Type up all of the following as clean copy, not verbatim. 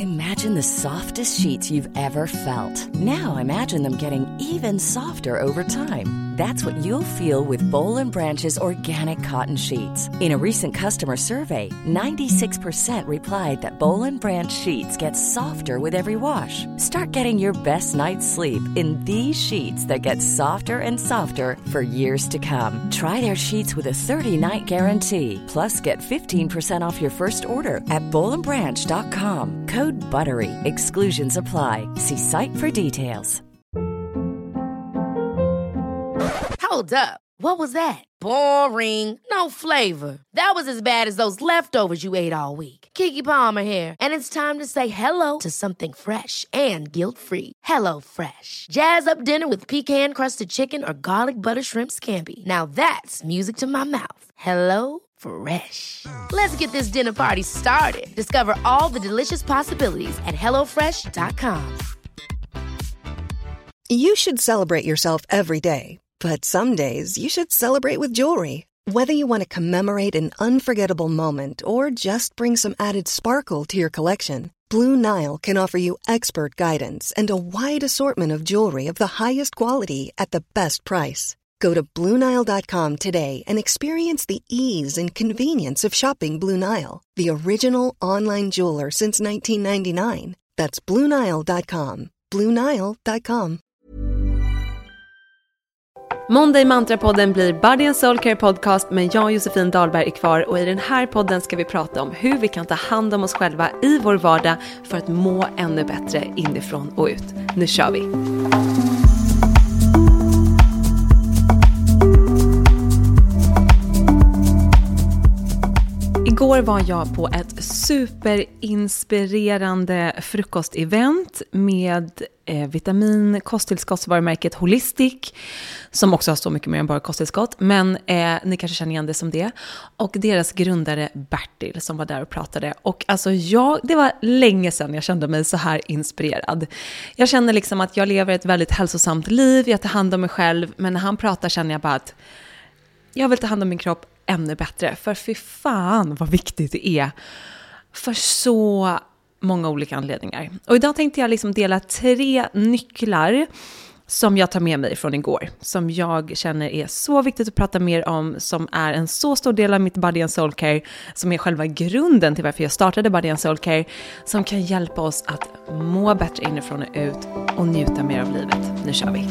Imagine the softest sheets you've ever felt. Now imagine them getting even softer over time. That's what you'll feel with Boll and Branch's organic cotton sheets. In a recent customer survey, 96% replied that Boll and Branch sheets get softer with every wash. Start getting your best night's sleep in these sheets that get softer and softer for years to come. Try their sheets with a 30-night guarantee. Plus, get 15% off your first order at bollandbranch.com. Code BUTTERY. Exclusions apply. See site for details. Hold up. What was that? Boring. No flavor. That was as bad as those leftovers you ate all week. Keke Palmer here, and it's time to say hello to something fresh and guilt-free. Hello Fresh. Jazz up dinner with pecan-crusted chicken or garlic butter shrimp scampi. Now that's music to my mouth. Hello Fresh. Let's get this dinner party started. Discover all the delicious possibilities at hellofresh.com. You should celebrate yourself every day. But some days you should celebrate with jewelry. Whether you want to commemorate an unforgettable moment or just bring some added sparkle to your collection, Blue Nile can offer you expert guidance and a wide assortment of jewelry of the highest quality at the best price. Go to BlueNile.com today and experience the ease and convenience of shopping Blue Nile, the original online jeweler since 1999. That's BlueNile.com. BlueNile.com. Måndag i Mantra-podden blir Body & Soul Care podcast, men jag och Josefin Dahlberg är kvar, och i den här podden ska vi prata om hur vi kan ta hand om oss själva i vår vardag för att må ännu bättre inifrån och ut. Nu kör vi! Igår var jag på ett superinspirerande frukostevent med kosttillskottsvarumärket Holistic, som också har så mycket mer än bara kosttillskott, men ni kanske känner igen det som det. Och deras grundare Bertil som var där och pratade. Och alltså det var länge sedan jag kände mig så här inspirerad. Jag känner liksom att jag lever ett väldigt hälsosamt liv, jag tar hand om mig själv, men när han pratar känner jag bara att jag vill ta hand om min kropp ännu bättre. För fy fan vad viktigt det är för så många olika anledningar. Och idag tänkte jag liksom dela 3 nycklar som jag tar med mig från igår, som jag känner är så viktigt att prata mer om, som är en så stor del av mitt Body & Soul Care, som är själva grunden till varför jag startade Body & Soul Care, som kan hjälpa oss att må bättre inifrån och ut och njuta mer av livet. Nu kör vi!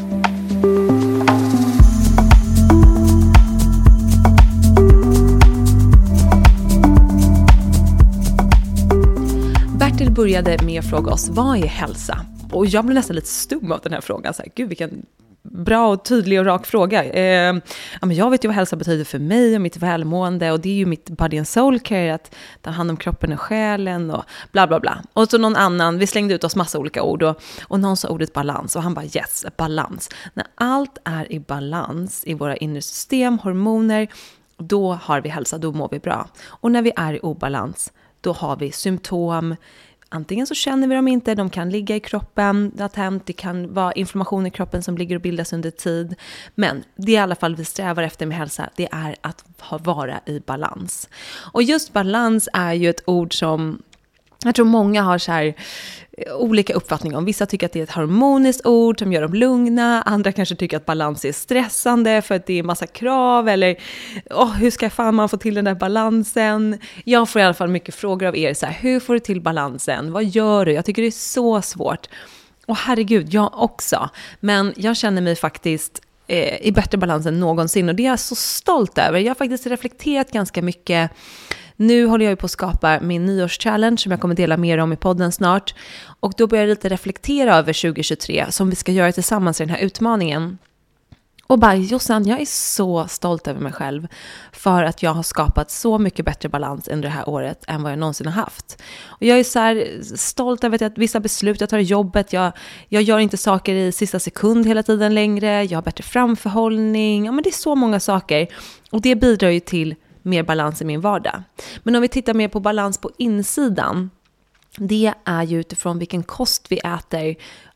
Bertil började med att fråga oss, vad är hälsa? Och jag blev nästan lite stum av den här frågan. Så här, gud, vilken bra och tydlig och rak fråga. Men jag vet ju vad hälsa betyder för mig och mitt välmående. Och det är ju mitt Body & Soul Care, att ta hand om kroppen och själen och bla bla bla. Och så någon annan, vi slängde ut oss massa olika ord. Och någon sa ordet balans. Och han bara, yes, balans. När allt är i balans i våra inre system, hormoner, då har vi hälsa, då mår vi bra. Och när vi är i obalans, då har vi symptom. Antingen så känner vi dem inte, de kan ligga i kroppen latent, det kan vara inflammation i kroppen som ligger och bildas under tid. Men det är i alla fall vi strävar efter med hälsa, det är att vara i balans. Och just balans är ju ett ord som jag tror många har så här olika uppfattningar om. Vissa tycker att det är ett harmoniskt ord som gör dem lugna. Andra kanske tycker att balans är stressande för att det är massa krav. Eller hur ska fan man få till den där balansen? Jag får i alla fall mycket frågor av er. Så här, hur får du till balansen? Vad gör du? Jag tycker det är så svårt. Och herregud, jag också. Men jag känner mig faktiskt i bättre balans än någonsin. Och det är jag så stolt över. Jag har faktiskt reflekterat ganska mycket. Nu håller jag ju på att skapa min nyårschallenge som jag kommer dela mer om i podden snart. Och då börjar jag lite reflektera över 2023 som vi ska göra tillsammans i den här utmaningen. Och bara, Jossan, jag är så stolt över mig själv för att jag har skapat så mycket bättre balans under det här året än vad jag någonsin har haft. Och jag är så här stolt över att vissa beslut jag tar i jobbet, jag gör inte saker i sista sekund hela tiden längre, jag har bättre framförhållning, ja men det är så många saker. Och det bidrar ju till mer balans i min vardag. Men om vi tittar mer på balans på insidan, det är ju utifrån vilken kost vi äter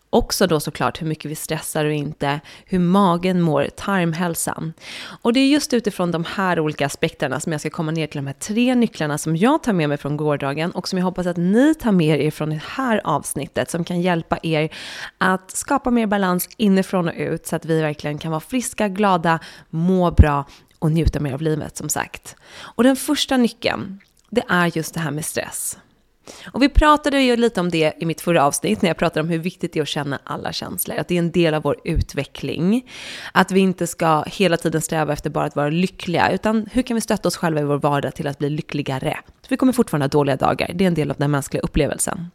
Också då såklart hur mycket vi stressar och inte, hur magen mår, tarmhälsan. Och det är just utifrån de här olika aspekterna som jag ska komma ner till de här 3 nycklarna som jag tar med mig från gårdagen och som jag hoppas att ni tar med er från det här avsnittet som kan hjälpa er att skapa mer balans inifrån och ut så att vi verkligen kan vara friska, glada, må bra och njuta mer av livet som sagt. Och den första nyckeln, det är just det här med stress. Och vi pratade ju lite om det i mitt förra avsnitt när jag pratade om hur viktigt det är att känna alla känslor. Att det är en del av vår utveckling. Att vi inte ska hela tiden sträva efter bara att vara lyckliga. Utan hur kan vi stötta oss själva i vår vardag till att bli lyckligare? För vi kommer fortfarande ha dåliga dagar. Det är en del av den mänskliga upplevelsen.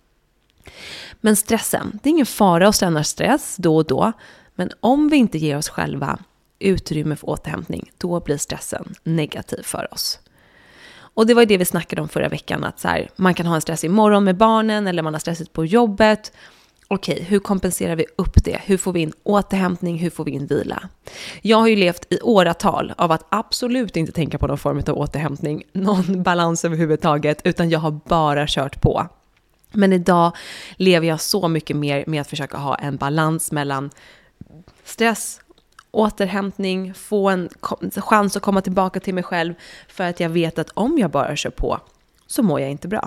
Men stressen, det är ingen fara att känna stress då och då. Men om vi inte ger oss själva utrymme för återhämtning, då blir stressen negativ för oss. Och det var det vi snackade om förra veckan, att så här, man kan ha en stress imorgon med barnen eller man har stressat på jobbet. Okej, hur kompenserar vi upp det? Hur får vi in återhämtning? Hur får vi in vila? Jag har ju levt i åratal av att absolut inte tänka på någon form av återhämtning, någon balans överhuvudtaget, utan jag har bara kört på. Men idag lever jag så mycket mer med att försöka ha en balans mellan stress, återhämtning, få en chans att komma tillbaka till mig själv för att jag vet att om jag bara kör på så mår jag inte bra.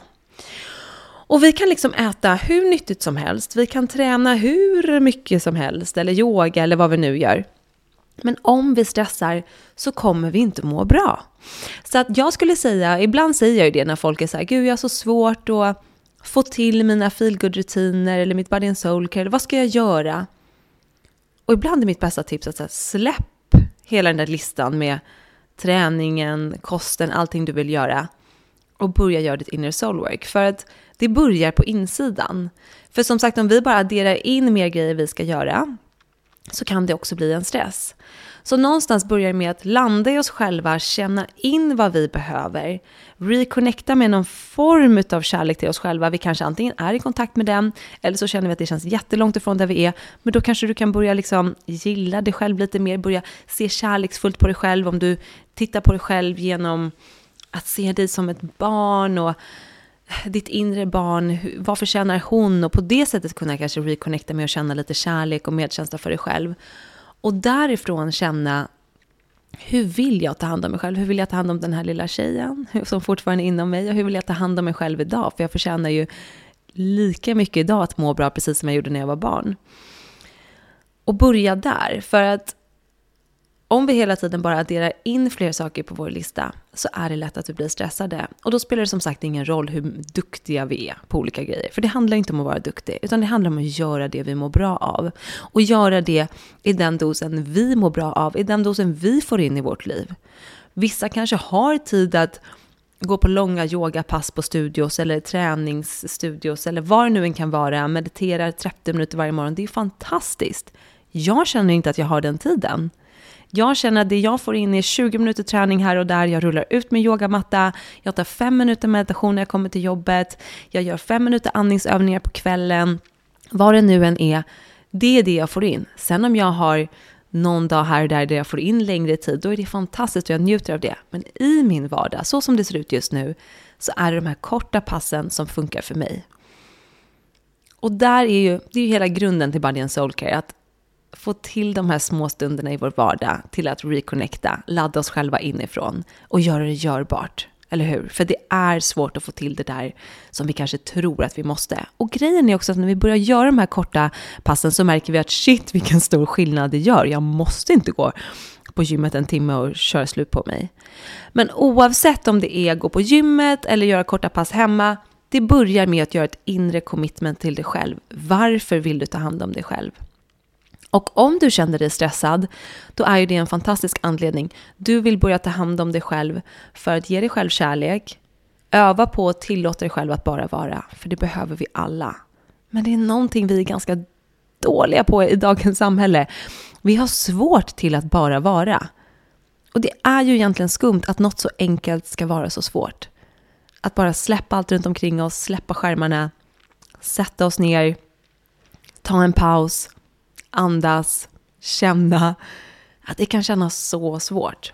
Och vi kan liksom äta hur nyttigt som helst, vi kan träna hur mycket som helst eller yoga eller vad vi nu gör. Men om vi stressar så kommer vi inte må bra. Så att jag skulle säga, ibland säger jag ju det när folk är så här, gud jag har så svårt att få till mina feelgood-rutiner eller mitt body and soul care, eller vad ska jag göra? Och ibland är mitt bästa tips att släpp hela den där listan med träningen, kosten, allting du vill göra och börja göra ditt inner soul work. För att det börjar på insidan. För som sagt, om vi bara adderar in mer grejer vi ska göra så kan det också bli en stress. Så någonstans börjar med att landa i oss själva, känna in vad vi behöver, reconnecta med någon form av kärlek till oss själva. Vi kanske antingen är i kontakt med den eller så känner vi att det känns jättelångt ifrån där vi är. Men då kanske du kan börja liksom gilla dig själv lite mer, börja se kärleksfullt på dig själv. Om du tittar på dig själv genom att se dig som ett barn och ditt inre barn, vad förtjänar hon? Och på det sättet kunna kanske reconnecta med och känna lite kärlek och medkänsla för dig själv. Och därifrån känna, hur vill jag ta hand om mig själv? Hur vill jag ta hand om den här lilla tjejen som fortfarande är inom mig? Och hur vill jag ta hand om mig själv idag? För jag förtjänar ju lika mycket idag att må bra precis som jag gjorde när jag var barn. Och börja där, för att om vi hela tiden bara adderar in fler saker på vår lista så är det lätt att vi blir stressade. Och då spelar det som sagt ingen roll hur duktiga vi är på olika grejer. För det handlar inte om att vara duktig, utan det handlar om att göra det vi mår bra av. Och göra det i den dosen vi mår bra av, i den dosen vi får in i vårt liv. Vissa kanske har tid att gå på långa yogapass på studios eller träningsstudios eller vad det nu än kan vara. Mediterar 30 minuter varje morgon, det är fantastiskt. Jag känner inte att jag har den tiden. Jag känner att det jag får in är 20 minuter träning här och där. Jag rullar ut med yogamatta. Jag tar 5 minuter meditation när jag kommer till jobbet. Jag gör 5 minuter andningsövningar på kvällen. Vad det nu än är, det är det jag får in. Sen om jag har någon dag här och där jag får in längre tid, då är det fantastiskt och jag njuter av det. Men i min vardag, så som det ser ut just nu, så är det de här korta passen som funkar för mig. Och där är det är ju hela grunden till Body and Soul Care, att få till de här små stunderna i vår vardag till att reconnecta, ladda oss själva inifrån och göra det görbart, eller hur? För det är svårt att få till det där som vi kanske tror att vi måste. Och grejen är också att när vi börjar göra de här korta passen så märker vi att shit, vilken stor skillnad det gör. Jag måste inte gå på gymmet en timme och köra slut på mig. Men oavsett om det är att gå på gymmet eller göra korta pass hemma, det börjar med att göra ett inre commitment till dig själv. Varför vill du ta hand om dig själv? Och om du känner dig stressad, då är ju det en fantastisk anledning. Du vill börja ta hand om dig själv för att ge dig själv kärlek. Öva på att tillåta dig själv att bara vara, för det behöver vi alla. Men det är någonting vi är ganska dåliga på i dagens samhälle. Vi har svårt till att bara vara. Och det är ju egentligen skumt att något så enkelt ska vara så svårt. Att bara släppa allt runt omkring oss, släppa skärmarna, sätta oss ner, ta en paus, andas, känna, att det kan kännas så svårt.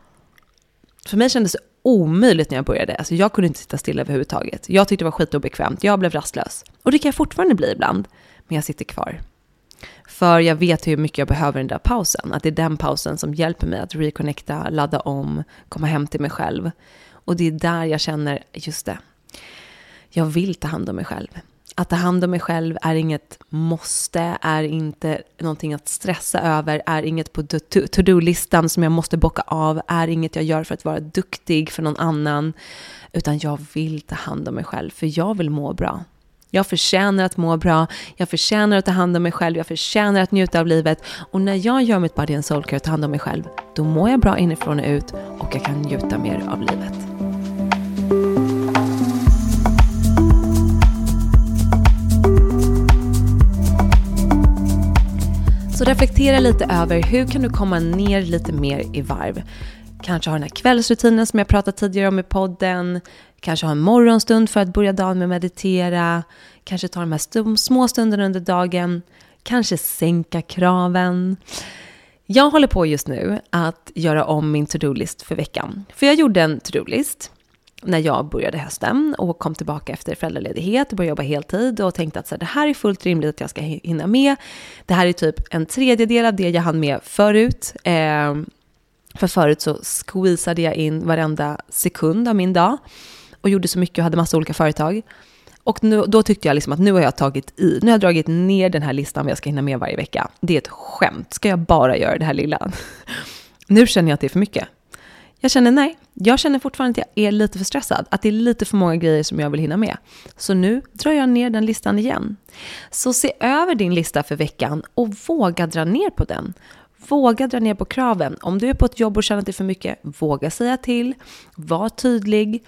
För mig kändes det omöjligt när jag började. Alltså jag kunde inte sitta stilla överhuvudtaget. Jag tyckte det var skitobekvämt. Jag blev rastlös. Och det kan jag fortfarande bli ibland. Men jag sitter kvar. För jag vet hur mycket jag behöver den där pausen. Att det är den pausen som hjälper mig att reconnecta, ladda om, komma hem till mig själv. Och det är där jag känner, just det, jag vill ta hand om mig själv. Att ta hand om mig själv är inget måste, är inte någonting att stressa över, är inget på to-do-listan som jag måste bocka av, är inget jag gör för att vara duktig för någon annan. Utan jag vill ta hand om mig själv, för jag vill må bra. Jag förtjänar att må bra, jag förtjänar att ta hand om mig själv, jag förtjänar att njuta av livet. Och när jag gör mitt Body and Soul Care och tar hand om mig själv, då mår jag bra inifrån och ut och jag kan njuta mer av livet. Så reflektera lite över hur kan du komma ner lite mer i varv. Kanske ha den här kvällsrutinen som jag pratat tidigare om i podden. Kanske ha en morgonstund för att börja dagen med att meditera. Kanske ta de här små stunderna under dagen. Kanske sänka kraven. Jag håller på just nu att göra om min to-do-list för veckan. För jag gjorde en to-do-list när jag började hösten och kom tillbaka efter föräldraledighet och började jobba heltid och tänkte att så här, det här är fullt rimligt att jag ska hinna med. Det här är typ en tredjedel av det jag hann med förut. För förut så squeezade jag in varenda sekund av min dag och gjorde så mycket och hade massa olika företag. Och då tyckte jag liksom att nu har jag nu har jag dragit ner den här listan vad jag ska hinna med varje vecka. Det är ett skämt. Ska jag bara göra det här lilla? Nu känner jag att det är för mycket. Jag känner fortfarande att jag är lite för stressad. Att det är lite för många grejer som jag vill hinna med. Så nu drar jag ner den listan igen. Så se över din lista för veckan och våga dra ner på den. Våga dra ner på kraven. Om du är på ett jobb och känner att det är för mycket, våga säga till. Var tydlig.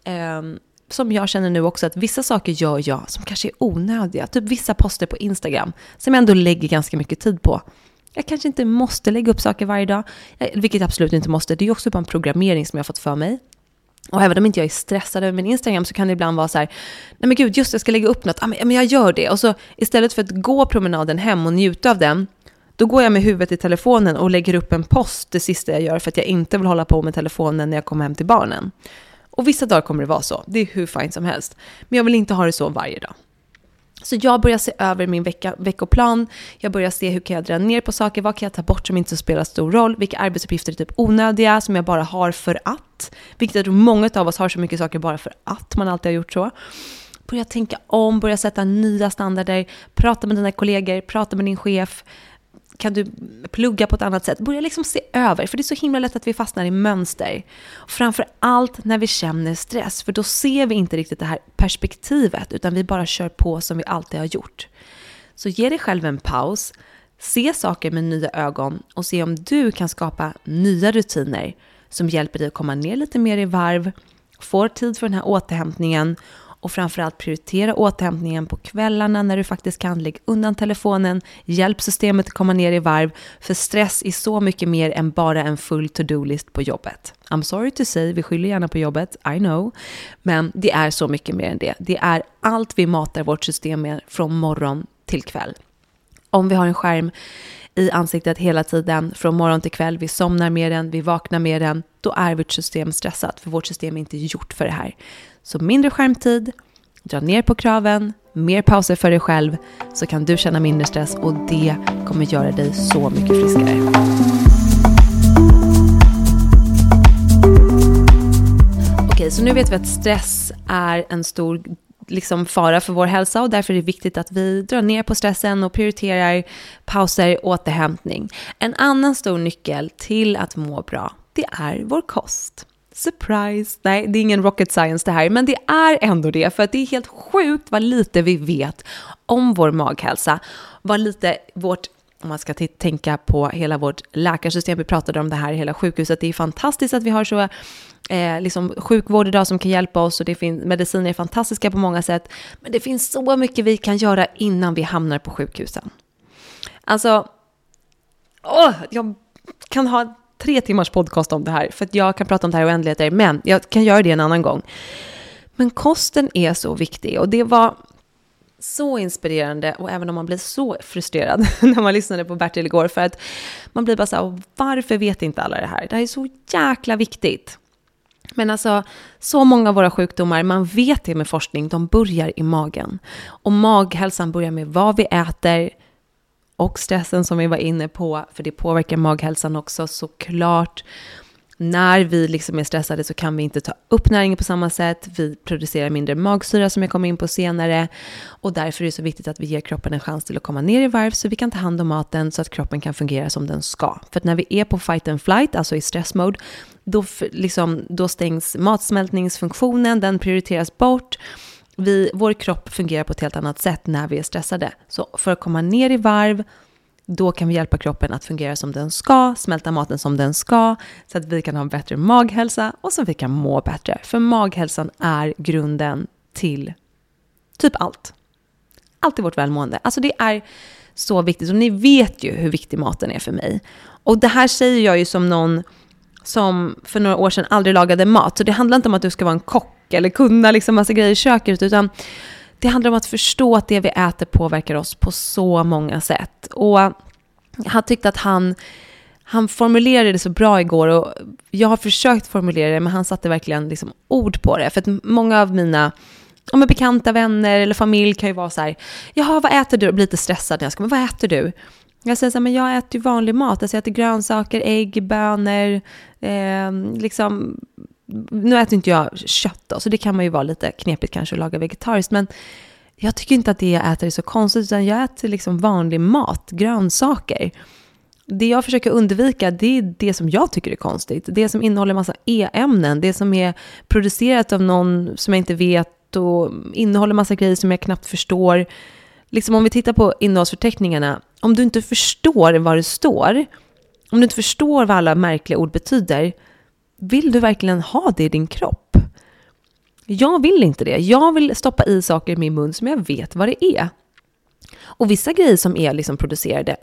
Som jag känner nu också att vissa saker gör jag som kanske är onödiga. Typ vissa poster på Instagram som jag ändå lägger ganska mycket tid på. Jag kanske inte måste lägga upp saker varje dag, vilket jag absolut inte måste. Det är också bara en programmering som jag har fått för mig. Och även om inte jag är stressad över min Instagram så kan det ibland vara så här, nej men gud, just jag ska lägga upp något. Men jag gör det. Och så istället för att gå promenaden hem och njuta av den, då går jag med huvudet i telefonen och lägger upp en post det sista jag gör för att jag inte vill hålla på med telefonen när jag kommer hem till barnen. Och vissa dagar kommer det vara så. Det är hur fint som helst. Men jag vill inte ha det så varje dag. Så jag börjar se över min veckoplan. Jag börjar se hur kan jag dra ner på saker. Vad kan jag ta bort som inte spelar stor roll. Vilka arbetsuppgifter är typ onödiga som jag bara har för att. Vilket jag tror många av oss har så mycket saker bara för att man alltid har gjort så. Börja tänka om, börja sätta nya standarder. Prata med dina kollegor, prata med din chef. Kan du plugga på ett annat sätt? Börja liksom se över, för det är så himla lätt att vi fastnar i mönster. Och framför allt när vi känner stress, för då ser vi inte riktigt det här perspektivet, utan vi bara kör på som vi alltid har gjort. Så ge dig själv en paus, se saker med nya ögon och se om du kan skapa nya rutiner som hjälper dig att komma ner lite mer i varv, få tid för den här återhämtningen. Och framförallt prioritera återhämtningen på kvällarna när du faktiskt kan. Lägga undan telefonen, hjälp systemet att komma ner i varv. För stress är så mycket mer än bara en full to-do-list på jobbet. I'm sorry to say, vi skyller gärna på jobbet, I know. Men det är så mycket mer än det. Det är allt vi matar vårt system med från morgon till kväll. Om vi har en skärm i ansiktet hela tiden, från morgon till kväll, vi somnar med den, vi vaknar med den, då är vårt system stressat. För vårt system är inte gjort för det här. Så mindre skärmtid, dra ner på kraven, mer pauser för dig själv så kan du känna mindre stress och det kommer göra dig så mycket friskare. Okej, så nu vet vi att stress är en stor fara för vår hälsa och därför är det viktigt att vi drar ner på stressen och prioriterar pauser och återhämtning. En annan stor nyckel till att må bra, det är vår kost. Surprise! Nej, det är ingen rocket science det här, men det är ändå det, för att det är helt sjukt vad lite vi vet om vår maghälsa, vad lite vårt, om man ska tänka på hela vårt läkarsystem, vi pratade om det här i hela sjukhuset, det är fantastiskt att vi har så sjukvård idag som kan hjälpa oss och mediciner är fantastiska på många sätt, men det finns så mycket vi kan göra innan vi hamnar på sjukhusen. Alltså, jag kan ha 3 timmars podcast om det här, för att jag kan prata om det här oändligheter, men jag kan göra det en annan gång. Men kosten är så viktig och det var så inspirerande, och även om man blir så frustrerad när man lyssnade på Bertil igår, för att man blir bara så här, varför vet inte alla det här? Det här är så jäkla viktigt. Men alltså, så många av våra sjukdomar, man vet det med forskning, de börjar i magen. Och maghälsan börjar med vad vi äter och stressen som vi var inne på, för det påverkar maghälsan också såklart. När vi liksom är stressade så kan vi inte ta upp näringen på samma sätt. Vi producerar mindre magsyra som jag kommer in på senare. Och därför är det så viktigt att vi ger kroppen en chans till att komma ner i varv så vi kan ta hand om maten så att kroppen kan fungera som den ska. För att när vi är på fight and flight, alltså i stressmode, då stängs matsmältningsfunktionen, den prioriteras bort. Vår kropp fungerar på ett helt annat sätt när vi är stressade. Så för att komma ner i varv, då kan vi hjälpa kroppen att fungera som den ska, smälta maten som den ska, så att vi kan ha en bättre maghälsa och så att vi kan må bättre. För maghälsan är grunden till typ allt. Allt i vårt välmående. Alltså det är så viktigt. Och ni vet ju hur viktig maten är för mig. Och det här säger jag ju som någon som för några år sedan aldrig lagade mat. Så det handlar inte om att du ska vara en kock eller kunna liksom massa grejer i köket, utan det handlar om att förstå att det vi äter påverkar oss på så många sätt. Och han tyckte att han formulerade det så bra igår, och jag har försökt formulera det, men han satte verkligen liksom ord på det. För att många av mina bekanta vänner eller familj kan ju vara så här: jaha, vad äter du? Och blir lite stressad när jag ska, men vad äter du? Jag säger så här, men jag äter ju vanlig mat. Alltså jag äter grönsaker, ägg, bönor, liksom. Nu äter inte jag kött då, så det kan man ju vara lite knepigt kanske att laga vegetariskt, men jag tycker inte att det jag äter är så konstigt, utan jag äter liksom vanlig mat, grönsaker. Det jag försöker undvika, det är det som jag tycker är konstigt. Det som innehåller massa e-ämnen, det som är producerat av någon som jag inte vet och innehåller massa grejer som jag knappt förstår. Liksom om vi tittar på innehållsförteckningarna, om du inte förstår vad det står, om du inte förstår vad alla märkliga ord betyder, vill du verkligen ha det i din kropp? Jag vill inte det. Jag vill stoppa i saker i min mun som jag vet vad det är. Och vissa grejer som är liksom producerade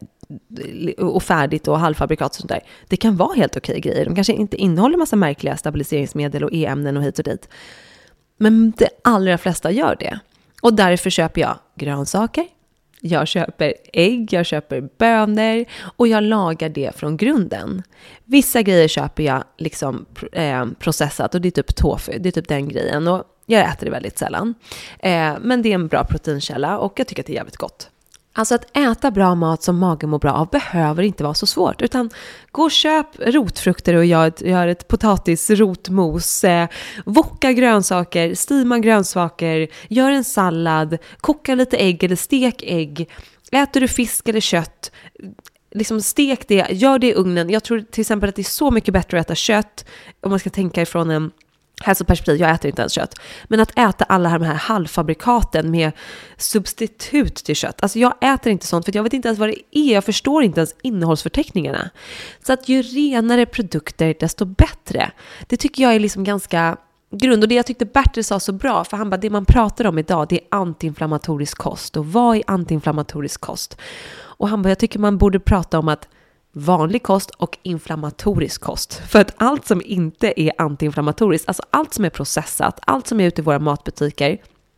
och färdigt och halvfabrikat och sånt där, det kan vara helt okej grejer. De kanske inte innehåller massa märkliga stabiliseringsmedel och e-ämnen och hit och dit. Men de allra flesta gör det. Och därför köper jag grönsaker. Jag köper ägg, jag köper bönor och jag lagar det från grunden. Vissa grejer köper jag liksom processat, och det är typ tofu, det är typ den grejen, och jag äter det väldigt sällan. Men det är en bra proteinkälla och jag tycker att det är jävligt gott. Alltså att äta bra mat som magen mår bra av behöver inte vara så svårt, utan gå och köp rotfrukter och gör ett potatisrotmos, wokka grönsaker, steama grönsaker, gör en sallad, koka lite ägg eller stek ägg. Äter du fisk eller kött, liksom stek det, gör det i ugnen. Jag tror till exempel att det är så mycket bättre att äta kött, om man ska tänka ifrån en hälsoperspektiv. Jag äter inte ens kött. Men att äta alla de här halvfabrikaten med substitut till kött. Alltså jag äter inte sånt, för jag vet inte ens vad det är. Jag förstår inte ens innehållsförteckningarna. Så att ju renare produkter, desto bättre. Det tycker jag är liksom ganska grund. Och det jag tyckte Bertil sa så bra, för han bara, det man pratar om idag, det är antiinflammatorisk kost. Och vad är antiinflammatorisk kost? Och han bara, jag tycker man borde prata om att vanlig kost och inflammatorisk kost. För att allt som inte är antiinflammatoriskt, alltså allt som är processat, allt som är ute i våra matbutiker,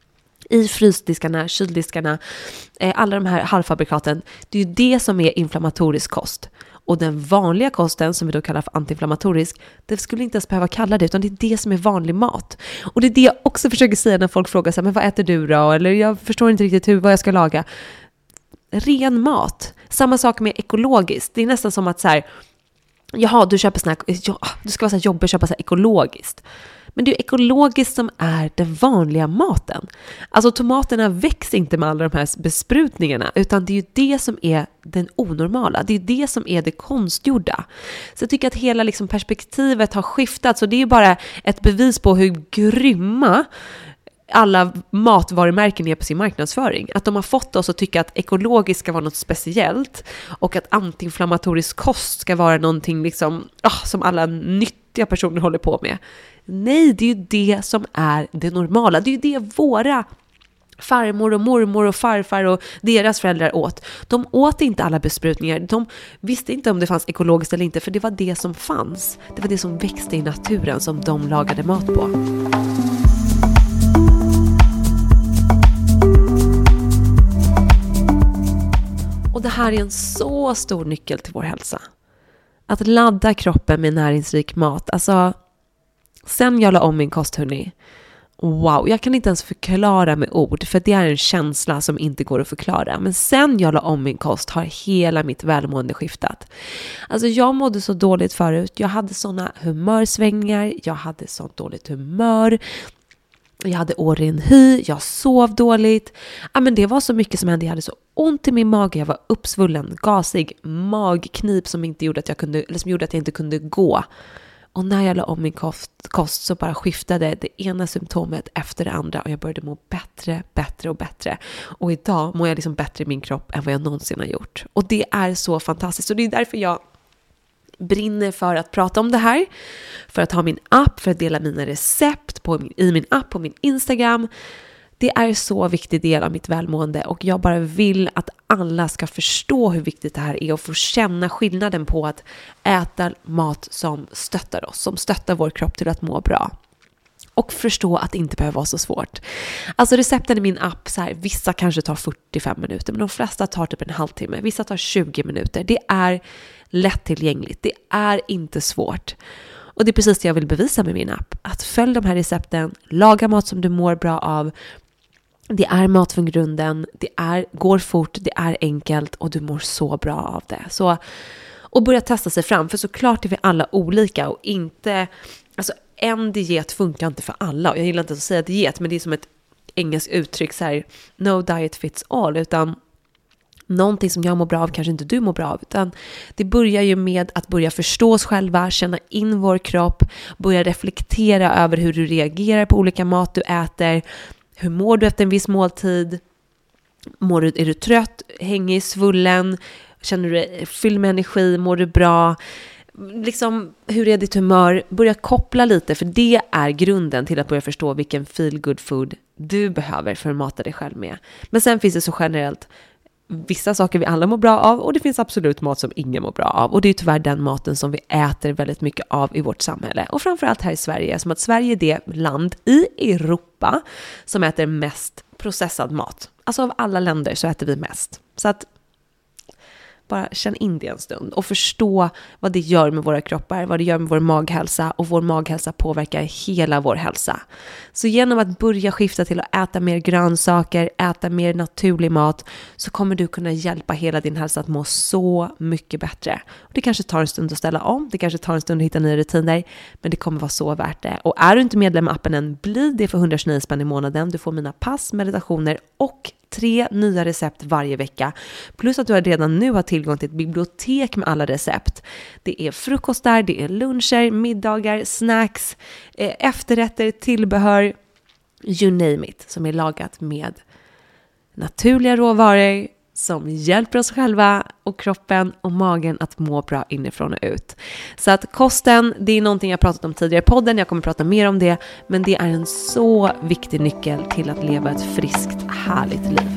i frysdiskarna, kyldiskarna, alla de här halvfabrikaten, det är ju det som är inflammatorisk kost. Och den vanliga kosten, som vi då kallar för antiinflammatorisk, det skulle inte ens behöva kalla det, utan det är det som är vanlig mat. Och det är det jag också försöker säga när folk frågar så här, men vad äter du då? Eller jag förstår inte riktigt vad jag ska laga. Ren mat. Samma sak med ekologiskt. Det är nästan som att så här, jaha, du köper såna här, du ska vara så här jobbig att köpa så här ekologiskt. Men det är ekologiskt som är den vanliga maten. Alltså tomaterna växer inte med alla de här besprutningarna, utan det är ju det som är den onormala. Det är det som är det konstgjorda. Så jag tycker att hela liksom perspektivet har skiftat. Så det är ju bara ett bevis på hur grymma alla matvarumärken är på sin marknadsföring. Att de har fått oss att tycka att ekologiskt ska vara något speciellt och att antiinflammatorisk kost ska vara någonting liksom, som alla nyttiga personer håller på med. Nej, det är ju det som är det normala. Det är ju det våra farmor och mormor och farfar och deras föräldrar åt. De åt inte alla besprutningar. De visste inte om det fanns ekologiskt eller inte, för det var det som fanns. Det var det som växte i naturen som de lagade mat på. Och det här är en så stor nyckel till vår hälsa. Att ladda kroppen med näringsrik mat. Alltså, sen jag la om min kost, hörni, wow, jag kan inte ens förklara med ord, för det är en känsla som inte går att förklara. Men sen jag la om min kost har hela mitt välmående skiftat. Alltså jag mådde så dåligt förut, jag hade såna humörsvängningar, jag hade sånt dåligt humör, jag hade år i en hy, jag sov dåligt. Ja, men det var så mycket som hände, jag hade så ont i min mage, jag var uppsvullen, gasig, magknip som gjorde att jag inte kunde gå. Och när jag la om min kost så bara skiftade det ena symptomet efter det andra och jag började må bättre och bättre. Och idag mår jag liksom bättre i min kropp än vad jag någonsin har gjort. Och det är så fantastiskt. Och det är därför jag brinner för att prata om det här. För att ha min app, för att dela mina recept i min app på min Instagram. Det är en så viktig del av mitt välmående och jag bara vill att alla ska förstå hur viktigt det här är och få känna skillnaden på att äta mat som stöttar oss, som stöttar vår kropp till att må bra. Och förstå att det inte behöver vara så svårt. Alltså recepten i min app, så här, vissa kanske tar 45 minuter men de flesta tar typ en halvtimme, vissa tar 20 minuter. Det är lättillgängligt, det är inte svårt. Och det är precis det jag vill bevisa med min app. Att följ de här recepten, laga mat som du mår bra av. Det är mat från grunden, går fort, det är enkelt och du mår så bra av det. Och börja testa sig fram, för såklart är vi alla olika och inte, alltså en diet funkar inte för alla. Och jag gillar inte att säga diet, men det är som ett engelskt uttryck så här, no diet fits all, utan någonting som jag mår bra av kanske inte du mår bra av, utan det börjar ju med att börja förstå oss själva, känna in vår kropp, börja reflektera över hur du reagerar på olika mat du äter. Hur mår du efter en viss måltid? Är du trött, hängig, svullen? Känner du dig fylld med energi? Mår du bra? Liksom, hur är ditt humör? Börja koppla lite, för det är grunden till att börja förstå vilken feel good food du behöver för att mata dig själv med. Men sen finns det så generellt vissa saker vi alla mår bra av och det finns absolut mat som ingen mår bra av. Och det är tyvärr den maten som vi äter väldigt mycket av i vårt samhälle. Och framförallt här i Sverige, som att Sverige är det land i Europa som äter mest processad mat. Alltså av alla länder så äter vi mest. Så att bara känn in det en stund och förstå vad det gör med våra kroppar, vad det gör med vår maghälsa, och vår maghälsa påverkar hela vår hälsa. Så genom att börja skifta till att äta mer grönsaker, äta mer naturlig mat, så kommer du kunna hjälpa hela din hälsa att må så mycket bättre. Och det kanske tar en stund att ställa om, det kanske tar en stund att hitta nya rutiner, men det kommer vara så värt det. Och är du inte medlem i appen än, bli det för 129 spänn i månaden. Du får mina pass, meditationer och 3 nya recept varje vecka. Plus att du redan nu har tillgång till ett bibliotek med alla recept. Det är frukostar, det är luncher, middagar, snacks, efterrätter, tillbehör, you name it, som är lagat med naturliga råvaror som hjälper oss själva och kroppen och magen att må bra inifrån och ut. Så att kosten, det är någonting jag pratat om tidigare i podden, jag kommer prata mer om det, men det är en så viktig nyckel till att leva ett friskt, härligt liv.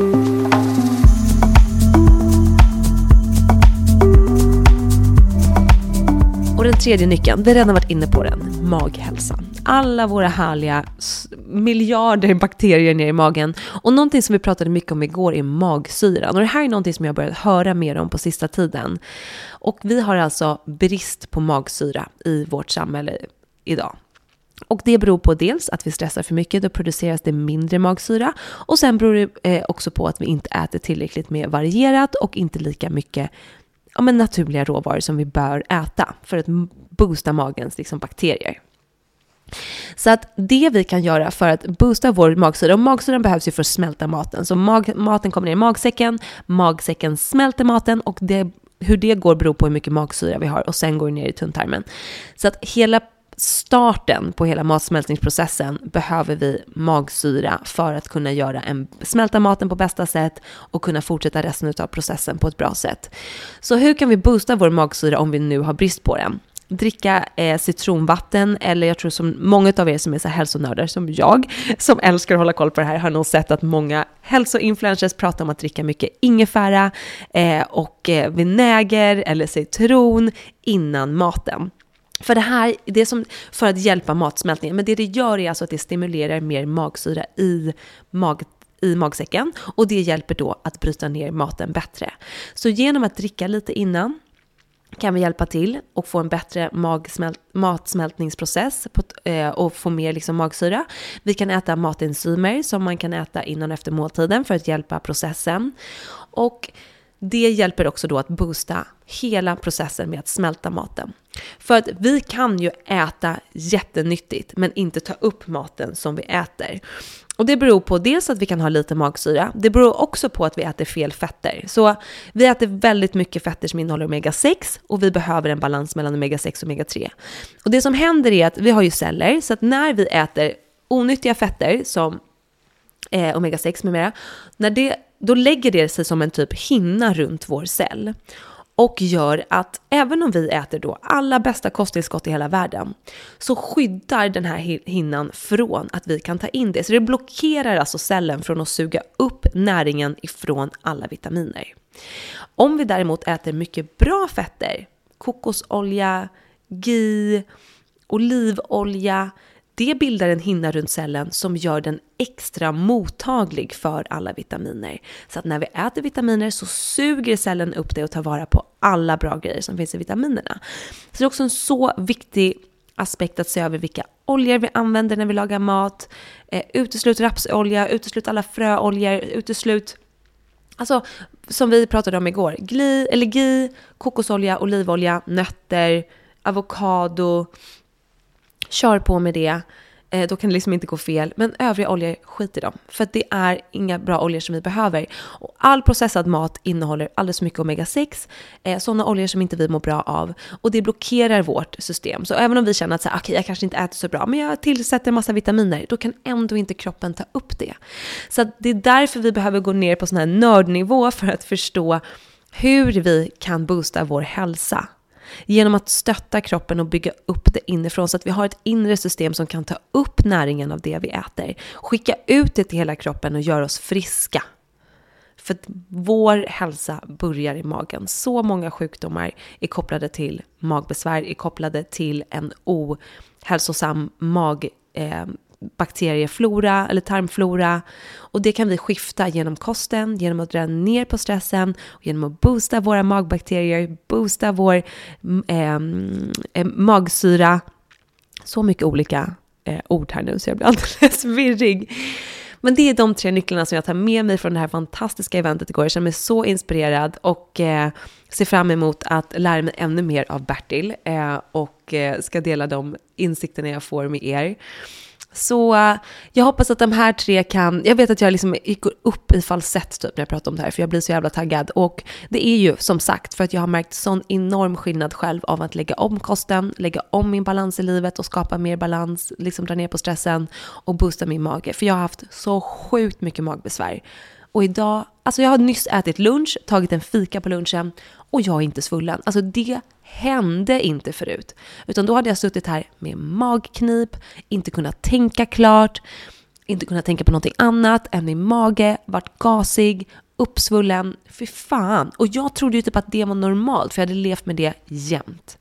Och den tredje nyckeln, vi har redan varit inne på den, maghälsan. Alla våra härliga miljarder bakterier ner i magen. Och någonting som vi pratade mycket om igår är magsyran. Och det här är någonting som jag börjat höra mer om på sista tiden. Och vi har alltså brist på magsyra i vårt samhälle idag. Och det beror på dels att vi stressar för mycket, då produceras det mindre magsyra. Och sen beror det också på att vi inte äter tillräckligt med varierat och inte lika mycket naturliga råvaror som vi bör äta för att boosta magens bakterier. Så att det vi kan göra för att boosta vår magsyra, och magsyran behövs ju för att smälta maten. Så maten kommer ner i magsäcken smälter maten, och hur det går beror på hur mycket magsyra vi har, och sen går det ner i tunntarmen. Så att hela starten på hela matsmältningsprocessen behöver vi magsyra för att kunna smälta maten på bästa sätt och kunna fortsätta resten av processen på ett bra sätt. Så hur kan vi boosta vår magsyra om vi nu har brist på den? Dricka citronvatten, eller jag tror som många av er som är så hälsonördar som jag, som älskar att hålla koll på det här, har nog sett att många hälsoinfluencers pratar om att dricka mycket ingefära och vinäger eller citron innan maten. För det är som för att hjälpa matsmältningen, men det gör är alltså att det stimulerar mer magsyra i magsäcken, och det hjälper då att bryta ner maten bättre. Så genom att dricka lite innan, kan vi hjälpa till och få en bättre matsmältningsprocess och få mer liksom magsyra. Vi kan äta matenzymer som man kan äta innan och efter måltiden för att hjälpa processen. Och det hjälper också då att boosta hela processen med att smälta maten. För att vi kan ju äta jättenyttigt men inte ta upp maten som vi äter. Och det beror på dels att vi kan ha lite magsyra. Det beror också på att vi äter fel fetter. Så vi äter väldigt mycket fetter som innehåller omega-6 och vi behöver en balans mellan omega-6 och omega-3. Och det som händer är att vi har ju celler, så att när vi äter onyttiga fetter som omega-6 med mera, då lägger det sig som en typ hinna runt vår cell. Och gör att även om vi äter då alla bästa kosttillskott i hela världen så skyddar den här hinnan från att vi kan ta in det. Så det blockerar alltså cellen från att suga upp näringen ifrån alla vitaminer. Om vi däremot äter mycket bra fetter, kokosolja, ghee, olivolja, det bildar en hinna runt cellen som gör den extra mottaglig för alla vitaminer. Så att när vi äter vitaminer så suger cellen upp det och tar vara på alla bra grejer som finns i vitaminerna. Så det är också en så viktig aspekt att se över vilka oljor vi använder när vi lagar mat. Uteslut rapsolja, uteslut alla fröoljor, uteslut... Alltså, som vi pratade om igår, ghee, kokosolja, olivolja, nötter, avokado. Kör på med det, då kan det liksom inte gå fel. Men övriga oljor, skit i dem. För att det är inga bra oljor som vi behöver. Och all processad mat innehåller alldeles för mycket omega-6. Sådana oljor som inte vi mår bra av. Och det blockerar vårt system. Så även om vi känner att okej, jag kanske inte äter så bra, men jag tillsätter en massa vitaminer, då kan ändå inte kroppen ta upp det. Så att det är därför vi behöver gå ner på sån här nördnivå för att förstå hur vi kan boosta vår hälsa. Genom att stötta kroppen och bygga upp det inifrån så att vi har ett inre system som kan ta upp näringen av det vi äter. Skicka ut det till hela kroppen och göra oss friska. För att vår hälsa börjar i magen. Så många sjukdomar är kopplade till magbesvär, är kopplade till en ohälsosam bakterieflora eller tarmflora, och det kan vi skifta genom kosten, genom att dra ner på stressen och genom att boosta våra magbakterier, boosta vår magsyra. Så mycket olika ord här nu så jag blir alldeles virrig. Men det är de 3 nycklarna som jag tar med mig från det här fantastiska eventet igår. Jag känner mig så inspirerad och ser fram emot att lära mig ännu mer av Bertil och ska dela de insikterna jag får med er. Så jag hoppas att de här 3 kan... Jag vet att jag liksom gick upp i falsett typ när jag pratar om det här, för jag blir så jävla taggad. Och det är ju som sagt för att jag har märkt sån enorm skillnad själv av att lägga om kosten, lägga om min balans i livet och skapa mer balans, liksom dra ner på stressen och boosta min mage. För jag har haft så sjukt mycket magbesvär. Och idag, alltså jag har nyss ätit lunch, tagit en fika på lunchen och jag är inte svullen. Alltså det hände inte förut. Utan då hade jag suttit här med magknip, inte kunnat tänka klart, inte kunnat tänka på någonting annat än min mage, varit gasig, uppsvullen. Fy fan. Och jag trodde ju typ att det var normalt, för jag hade levt med det jämt.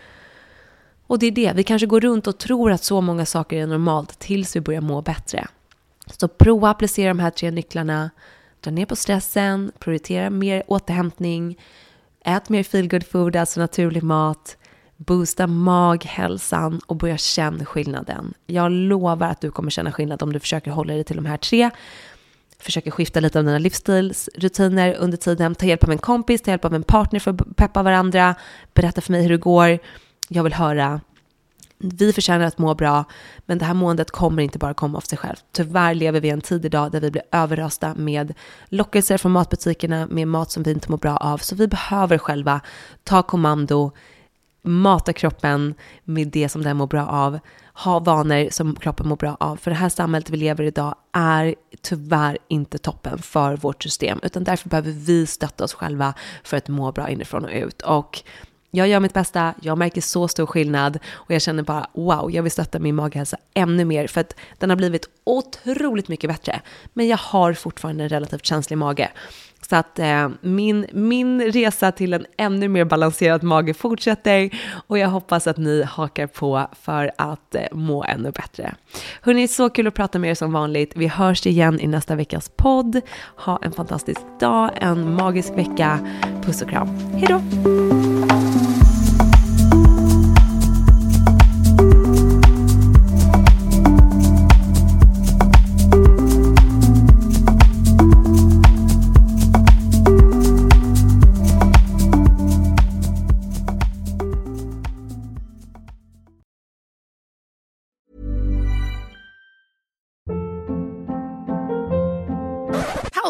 Och det är det, vi kanske går runt och tror att så många saker är normalt tills vi börjar må bättre. Så prova att applicera de här 3 nycklarna. Dra ner på stressen, prioritera mer återhämtning, ät mer feel good food, alltså naturlig mat, boosta maghälsan och börja känna skillnaden. Jag lovar att du kommer känna skillnad om du försöker hålla dig till de här 3. Försöker skifta lite av dina livsstilsrutiner under tiden. Ta hjälp av en kompis, ta hjälp av en partner för att peppa varandra. Berätta för mig hur det går. Jag vill höra. Vi förtjänar att må bra, men det här måendet kommer inte bara komma av sig själv. Tyvärr lever vi i en tid idag där vi blir överrösta med lockelser från matbutikerna, med mat som vi inte mår bra av. Så vi behöver själva ta kommando, mata kroppen med det som den mår bra av, ha vanor som kroppen mår bra av. För det här samhället vi lever i idag är tyvärr inte toppen för vårt system, utan därför behöver vi stötta oss själva för att må bra inifrån och ut. Och jag gör mitt bästa, jag märker så stor skillnad och jag känner bara wow, jag vill stötta min maghälsa ännu mer för att den har blivit otroligt mycket bättre. Men jag har fortfarande en relativt känslig mage. Så att min resa till en ännu mer balanserad mage fortsätter och jag hoppas att ni hakar på för att må ännu bättre. Hörrni, så kul att prata med er som vanligt. Vi hörs igen i nästa veckas podd. Ha en fantastisk dag, en magisk vecka. Puss och kram. Hej då!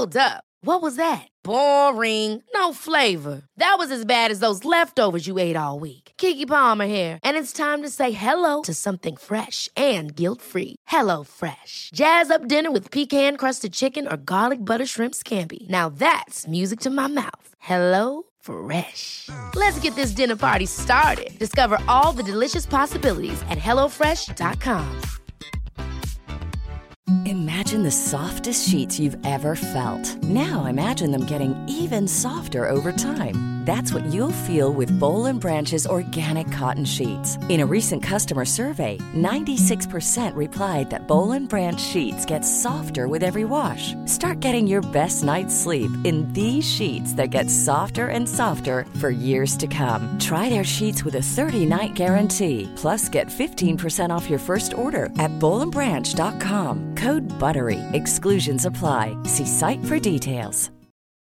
Hold up. What was that? Boring. No flavor. That was as bad as those leftovers you ate all week. Keke Palmer here, and it's time to say hello to something fresh and guilt-free. Hello Fresh. Jazz up dinner with pecan-crusted chicken or garlic butter shrimp scampi. Now that's music to my mouth. Hello Fresh. Let's get this dinner party started. Discover all the delicious possibilities at hellofresh.com. Imagine the softest sheets you've ever felt. Now imagine them getting even softer over time. That's what you'll feel with Boll & Branch's organic cotton sheets. In a recent customer survey, 96% replied that Boll & Branch sheets get softer with every wash. Start getting your best night's sleep in these sheets that get softer and softer for years to come. Try their sheets with a 30-night guarantee. Plus, get 15% off your first order at bollandbranch.com. Code BUTTERY. Exclusions apply. See site for details.